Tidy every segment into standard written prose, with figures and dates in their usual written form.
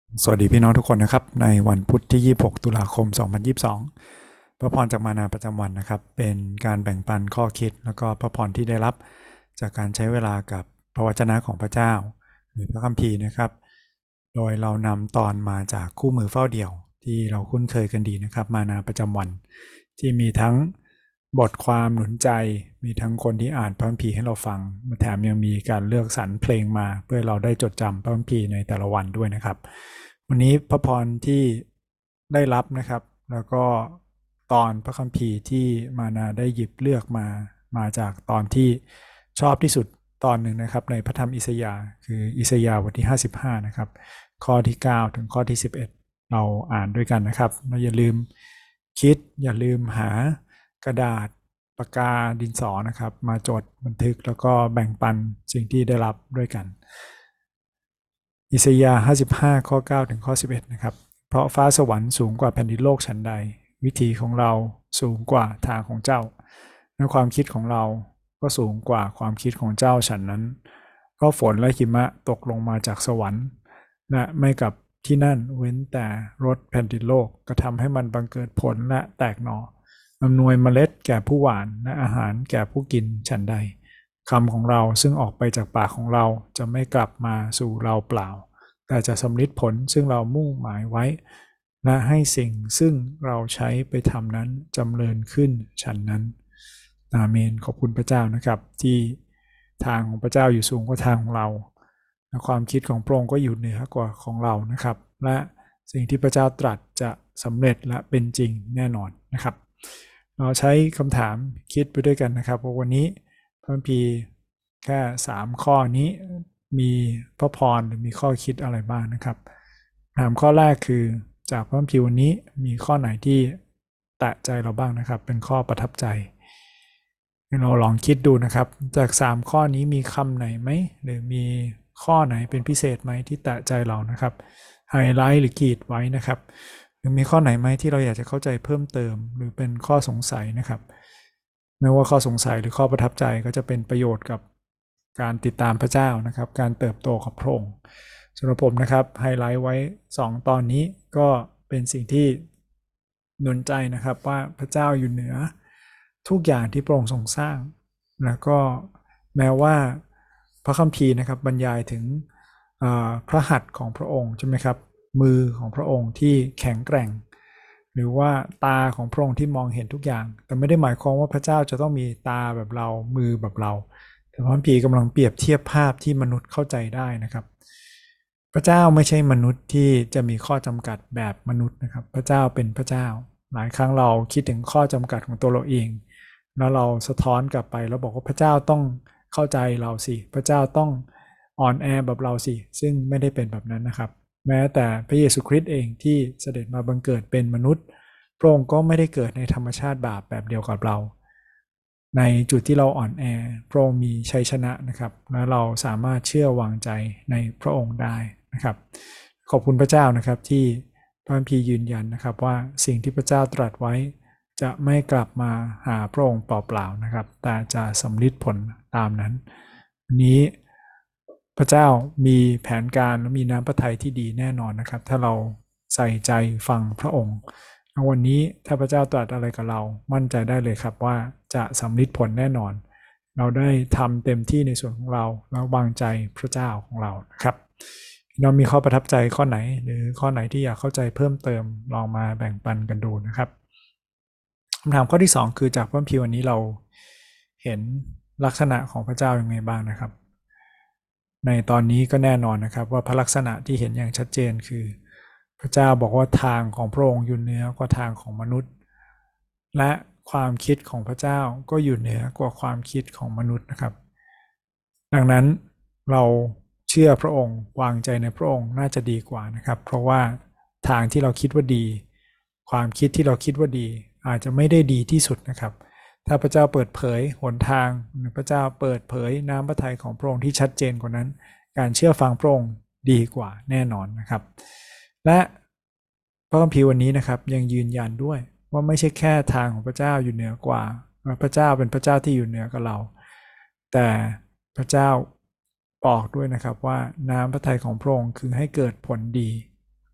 สวัสดีพี่น้องทุกคนนะครับในวันพุธที่26ตุลาคม2022พระพรจากมานาประจำวันนะครับเป็นการแบ่งปันข้อคิดแล้วก็พระพรที่ได้รับจากการใช้เวลากับพระวจนะของพระเจ้าหรือพระคัมภีร์นะครับโดยเรานำตอนมาจากคู่มือเฝ้าเดี่ยวที่เราคุ้นเคยกันดีนะครับมานาประจำวันที่มีทั้งบทความหนุนใจมีทั้งคนที่อ่านพระคัมภีร์ให้เราฟังแถมยังมีการเลือกสรรเพลงมาเพื่อเราได้จดจำพระคัมภีร์ในแต่ละวันด้วยนะครับ วันนี้พระพรที่ได้รับนะครับแล้วก็ตอนพระคัมภีร์ที่มานาได้หยิบเลือกมาจากตอนที่ชอบที่สุดตอนหนึ่งนะครับในพระธรรมอิสยาห์คืออิสยาห์บทที่55นะครับข้อที่9ถึงข้อที่11เราอ่านด้วยกันนะครับเราอย่าลืมคิดอย่าลืมหากระดาษปากกาดินสอนะครับมาจดบันทึกแล้วก็แบ่งปันสิ่งที่ได้รับด้วยกัน อิสยาห์55ข้อ9ถึงข้อ11นะครับเพราะฟ้าสวรรค์สูงกว่าแผ่นดินโลกฉันใดวิถีของเราสูงกว่าทางของเจ้าและความคิดของเราก็สูงกว่าความคิดของเจ้าฉันนั้นเพราะฝนและหิมะตกลงมาจากสวรรค์และไม่กับที่นั่นเว้นแต่รดแผ่นดินโลกกระทำให้มันบังเกิดผลและแตกหน่ออำนวยเมล็ดแก่ผู้หว่านและอาหารแก่ผู้กินฉันใดคำของเราซึ่งออกไปจากปากของเราจะไม่กลับมาสู่เราเปล่าแต่จะสำลิดผลซึ่งเรามุ่งหมายไว้และให้สิ่งซึ่งเราใช้ไปทำนั้นจำเริญขึ้นฉันนั้นอาเมนขอบคุณพระเจ้านะครับที่ทางของพระเจ้าอยู่สูงกว่าทางของเราและความคิดของพระองค์ก็อยู่เหนือกว่าของเรานะครับและสิ่งที่พระเจ้าตรัสจะสำเร็จและเป็นจริงแน่นอนนะครับเราใช้คำถามคิดไปด้วยกันนะครับว่าวันนี้พระคัมภีร์แค่3ข้อนี้มีพระพรหรือมีข้อคิดอะไรบ้างนะครับถามข้อแรกคือจากพระคัมภีร์วันนี้มีข้อไหนที่แตะใจเราบ้างนะครับเป็นข้อประทับใจเราลองคิดดูนะครับจาก3ข้อนี้มีคำไหนไหมหรือมีข้อไหนเป็นพิเศษไหมที่แตะใจเรานะครับไฮไลท์หรือขีดไว้นะครับหรือมีข้อไหนไหมที่เราอยากจะเข้าใจเพิ่มเติมหรือเป็นข้อสงสัยนะครับไม่ว่าข้อสงสัยหรือข้อประทับใจก็จะเป็นประโยชน์กับการติดตามพระเจ้านะครับการเติบโตกับพระองค์สำหรับผมนะครับไฮไลท์ไว้2ตอนนี้ก็เป็นสิ่งที่หนุนใจนะครับว่าพระเจ้าอยู่เหนือทุกอย่างที่พระองค์ทรงสร้างแล้วก็แม้ว่าพระคัมภีร์นะครับบรรยายถึงพระหัตถ์ของพระองค์ใช่ไหมครับมือของพระองค์ที่แข็งแกร่งหรือว่าตาของพระองค์ที่มองเห็นทุกอย่างแต่ไม่ได้หมายความว่าพระเจ้าจะต้องมีตาแบบเรามือแบบเราแต่พระคัมภีร์กำลังเปรียบเทียบภาพที่มนุษย์เข้าใจได้นะครับพระเจ้าไม่ใช่มนุษย์ที่จะมีข้อจำกัดแบบมนุษย์นะครับพระเจ้าเป็นพระเจ้าหลายครั้งเราคิดถึงข้อจำกัดของตัวเราเองแล้วเราสะท้อนกลับไปแล้วบอกว่าพระเจ้าต้องเข้าใจเราสิพระเจ้าต้องอ่อนแอแบบเราสิซึ่งไม่ได้เป็นแบบนั้นนะครับแม้แต่พระเยซูคริสต์เองที่เสด็จมาบังเกิดเป็นมนุษย์พระองค์ก็ไม่ได้เกิดในธรรมชาติบาปแบบเดียวกับเราในจุดที่เราอ่อนแอพระองค์มีชัยชนะนะครับและเราสามารถเชื่อวางใจในพระองค์ได้นะครับขอบคุณพระเจ้านะครับที่พระคัมภีร์ยืนยันนะครับว่าสิ่งที่พระเจ้าตรัสไว้จะไม่กลับมาหาพระองค์เปล่าๆนะครับแต่จะสำลิดผลตามนั้นวันนี้พระเจ้ามีแผนการและมีน้ำพระทัยที่ดีแน่นอนนะครับถ้าเราใส่ใจฟังพระองค์วันนี้ถ้าพระเจ้าตรัสอะไรกับเรามั่นใจได้เลยครับว่าจะสำลิดผลแน่นอนเราได้ทำเต็มที่ในส่วนของเราแล้ววางใจพระเจ้าของเรานะครับเรามีข้อประทับใจข้อไหนหรือข้อไหนที่อยากเข้าใจเพิ่มเติมลองมาแบ่งปันกันดูนะครับคำถามข้อที่2คือจากพระคัมภีร์วันนี้เราเห็นลักษณะของพระเจ้าอย่างไรบ้างนะครับในตอนนี้ก็แน่นอนนะครับว่าพระลักษณะที่เห็นอย่างชัดเจนคือพระเจ้าบอกว่าทางของพระองค์อยู่เหนือกว่าทางของมนุษย์และความคิดของพระเจ้าก็อยู่เหนือกว่าความคิดของมนุษย์นะครับดังนั้นเราเชื่อพระองค์วางใจในพระองค์น่าจะดีกว่านะครับเพราะว่าทางที่เราคิดว่าดีความคิดที่เราคิดว่าดีอาจจะไม่ได้ดีที่สุดนะครับถ้าพระเจ้าเปิดเผยหนทางหรือพระเจ้าเปิดเผยน้ำพระทัยของพระองค์ที่ชัดเจนกว่านั้นการเชื่อฟังพระองค์ดีกว่าแน่นอนนะครับและพระคัมภีร์วันนี้นะครับยังยืนยันด้วยว่าไม่ใช่แค่ทางของพระเจ้าอยู่เหนือกว่าพระเจ้าเป็นพระเจ้าที่อยู่เหนือกับเราแต่พระเจ้าบอกด้วยนะครับว่าน้ำพระทัยของพระองค์คือให้เกิดผลดี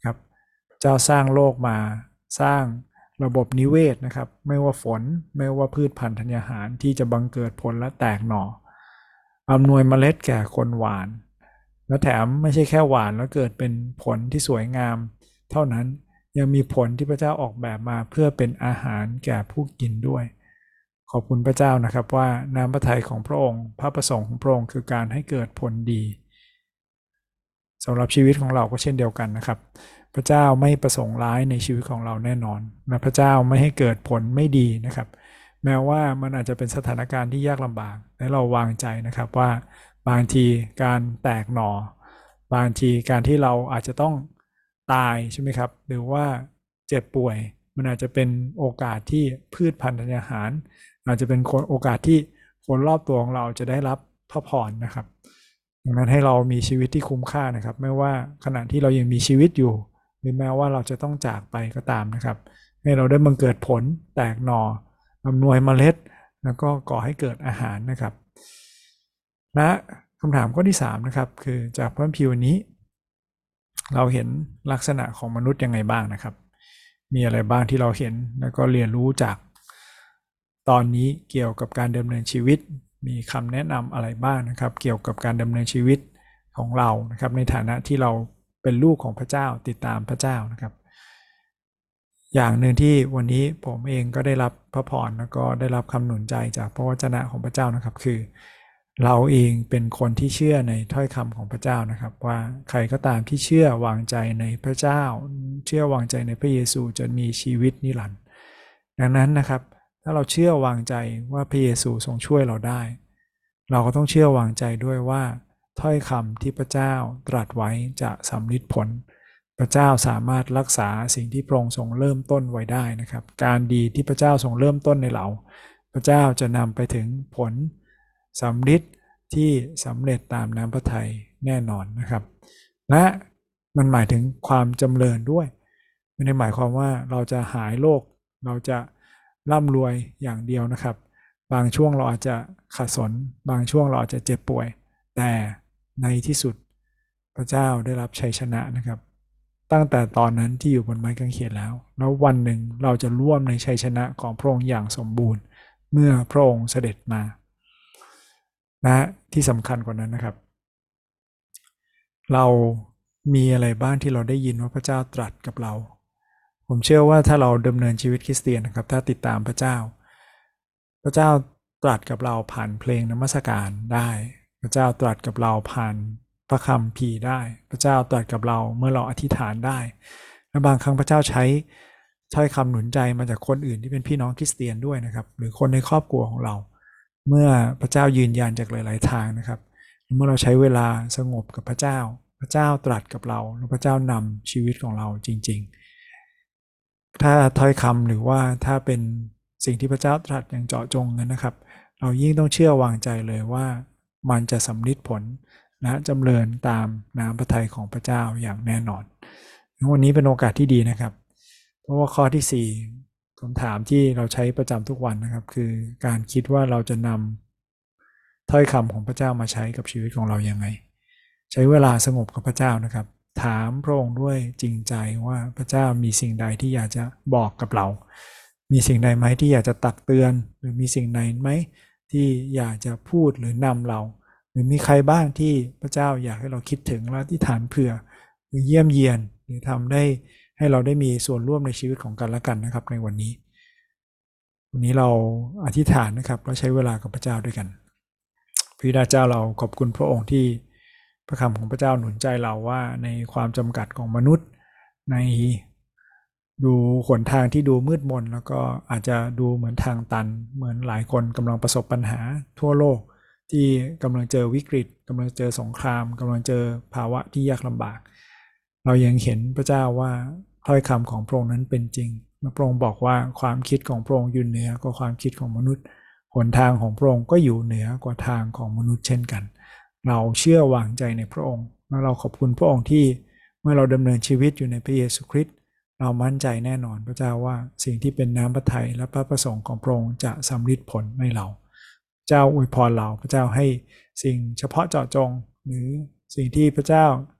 เจ้าสร้างโลกมาสร้างระบบนิเวศนะครับไม่ว่าฝนไม่ว่าพืชพันธุ์ธัญญาหารที่จะบังเกิดผลและแตกหน่ออำนวยเมล็ดแก่คนหวานและแถมไม่ใช่แค่หวานแล้วเกิดเป็นผลที่สวยงามเท่านั้นยังมีผลที่พระเจ้าออกแบบมาเพื่อเป็นอาหารแก่ผู้กินด้วยขอบคุณพระเจ้านะครับว่าน้ำพระทัยของพระองค์พระประสงค์ของพระองค์คือการให้เกิดผลดีสำหรับชีวิตของเราก็เช่นเดียวกันนะครับพระเจ้าไม่ประสงค์ร้ายในชีวิตของเราแน่นอนและพระเจ้าไม่ให้เกิดผลไม่ดีนะครับแม้ว่ามันอาจจะเป็นสถานการณ์ที่ยากลำบากและเราวางใจนะครับว่าบางทีการแตกหน่อบางทีการที่เราอาจจะต้องตายใช่ไหมครับหรือว่าเจ็บป่วยมันอาจจะเป็นโอกาสที่พืชพันธุ์ธัญญาหารอาจจะเป็นโอกาสที่คนรอบตัวของเราจะได้รับพระพรนะครับดังนั้นให้เรามีชีวิตที่คุ้มค่านะครับไม่ว่าขณะที่เรายังมีชีวิตอยู่หรือแม้ว่าเราจะต้องจากไปก็ตามนะครับให้เราได้บังเกิดผลแตกหน่ออำนวยเมล็ดแล้วก็ก่อให้เกิดอาหารนะครับและคำถามข้อที่3นะครับคือจากพระคัมภีร์วันนี้เราเห็นลักษณะของมนุษย์ยังไงบ้างนะครับมีอะไรบ้างที่เราเห็นแล้วก็เรียนรู้จากตอนนี้เกี่ยวกับการดำเนินชีวิตมีคำแนะนำอะไรบ้างนะครับเกี่ยวกับการดำเนินชีวิตของเรานะครับในฐานะที่เราเป็นลูกของพระเจ้าติดตามพระเจ้านะครับอย่างหนึ่งที่วันนี้ผมเองก็ได้รับพระพรแล้วก็ได้รับคำหนุนใจจากพระวจนะของพระเจ้านะครับคือเราเองเป็นคนที่เชื่อในถ้อยคำของพระเจ้านะครับว่าใครก็ตามที่เชื่อวางใจในพระเจ้าเชื่อวางใจในพระเยซูจะมีชีวิตนิรันดร์ดังนั้นนะครับถ้าเราเชื่อวางใจว่าพระเยซูทรงช่วยเราได้เราก็ต้องเชื่อวางใจด้วยว่าถ้อยคำที่พระเจ้าตรัสไว้จะสำลิดผลพระเจ้าสามารถรักษาสิ่งที่พระองค์ทรงเริ่มต้นไว้ได้นะครับการดีที่พระเจ้าทรงเริ่มต้นในเราพระเจ้าจะนำไปถึงผลสำลิดที่สำเร็จตามน้ำพระทัยแน่นอนนะครับและมันหมายถึงความจำเริญด้วยไม่ได้หมายความว่าเราจะหายโรคเราจะร่ำรวยอย่างเดียวนะครับบางช่วงเราอาจจะขัดสนบางช่วงเราอาจจะเจ็บป่วยแต่ในที่สุดพระเจ้าได้รับชัยชนะนะครับตั้งแต่ตอนนั้นที่อยู่บนไม้กางเขนแล้ววันหนึ่งเราจะร่วมในชัยชนะของพระองค์อย่างสมบูรณ์เมื่อพระองค์เสด็จมาและที่สำคัญกว่านั้นนะครับเรามีอะไรบ้างที่เราได้ยินว่าพระเจ้าตรัสกับเราผมเชื่อว่าถ้าเราดำเนินชีวิตคริสเตียนนะครับถ้าติดตามพระเจ้าพระเจ้าตรัสกับเราผ่านเพลงนมัสการได้พระเจ้าตรัสกับเราผ่านพระคัมภีร์ได้พระเจ้าตรัสกับเราเมื่อเราอธิษฐานได้และบางครั้งพระเจ้าใช้ถ้อยคำหนุนใจมาจากคนอื่นที่เป็นพี่น้องคริสเตียนด้วยนะครับหรือคนในครอบครัวของเราเมื่อพระเจ้ายืนยันจากหลายๆทางนะครับเมื่อเราใช้เวลาสงบกับพระเจ้าพระเจ้าตรัสกับเราและพระเจ้านำชีวิตของเราจริงๆถ้าถ้อยคำหรือว่าถ้าเป็นสิ่งที่พระเจ้าตรัสอย่างเจาะจงนั้นนะครับเรายิ่งต้องเชื่อวางใจเลยว่ามันจะสำลิดผลและจำเริญตามน้ำพระทัยของพระเจ้าอย่างแน่นอนวันนี้เป็นโอกาสที่ดีนะครับเพราะว่าข้อที่4คำถามที่เราใช้ประจำทุกวันนะครับคือการคิดว่าเราจะนำถ้อยคำของพระเจ้ามาใช้กับชีวิตของเรายังไงใช้เวลาสงบกับพระเจ้านะครับถามพระองค์ด้วยจริงใจว่าพระเจ้ามีสิ่งใดที่อยากจะบอกกับเรามีสิ่งใดไหมที่อยากจะตักเตือนหรือมีสิ่งใดไหมที่อยากจะพูดหรือนำเราหรือมีใครบ้างที่พระเจ้าอยากให้เราคิดถึงและที่ฐานเผื่อหรือเยี่ยมเยียนหรือทำได้ให้เราได้มีส่วนร่วมในชีวิตของกันและกันนะครับในวันนี้เราอธิษฐานนะครับแล้วใช้เวลากับพระเจ้าด้วยกันพระบิดาเจ้าเราขอบคุณพระองค์ที่พระคำของพระเจ้าหนุนใจเราว่าในความจำกัดของมนุษย์ในดูหนทางที่ดูมืดมนแล้วก็อาจจะดูเหมือนทางตันเหมือนหลายคนกำลังประสบปัญหาทั่วโลกที่กำลังเจอวิกฤตกำลังเจอสงครามกำลังเจอภาวะที่ยากลำบากเรายังเห็นพระเจ้าว่าถ้อยคำของพระองค์นั้นเป็นจริงพระองค์บอกว่าความคิดของพระองค์อยู่เหนือกว่าความคิดของมนุษย์หนทางของพระองค์ก็อยู่เหนือกว่าทางของมนุษย์เช่นกันเราเชื่อวางใจในพระองค์และเราขอบคุณพระองค์ที่เมื่อเราดำเนินชีวิตอยู่ในพระเยซูคริสต์เรามั่นใจแน่นอนพระเจ้าว่าสิ่งที่เป็นน้ำพระทัยและพระประสงค์ของพระองค์จะสำลิดผลในเราเจ้าอวยพรเราพระเจ้าให้สิ่งเฉพาะเจาะจงหรือสิ่งที่พระเจ้า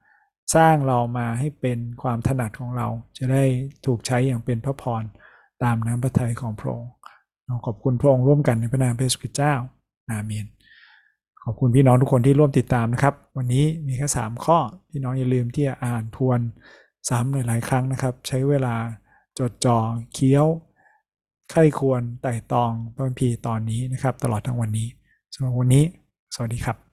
สร้างเรามาให้เป็นความถนัดของเราจะได้ถูกใช้อย่างเป็นพระพรตามน้ำพระทัยของพระองค์เราขอบคุณพระองค์ร่วมกันในพระนามพระเยซูคริสต์เจ้าอาเมนขอบคุณพี่น้องทุกคนที่ร่วมติดตามนะครับวันนี้มีแค่3ข้อพี่น้องอย่าลืมที่จะอ่านทวนซ้ำหลายๆครั้งนะครับใช้เวลาจดจ่อเคี้ยวใคร่ควรไต่ตองพระคัมภีร์ตอนนี้นะครับตลอดทั้งวันนี้สำหรับวันนี้สวัสดีครับ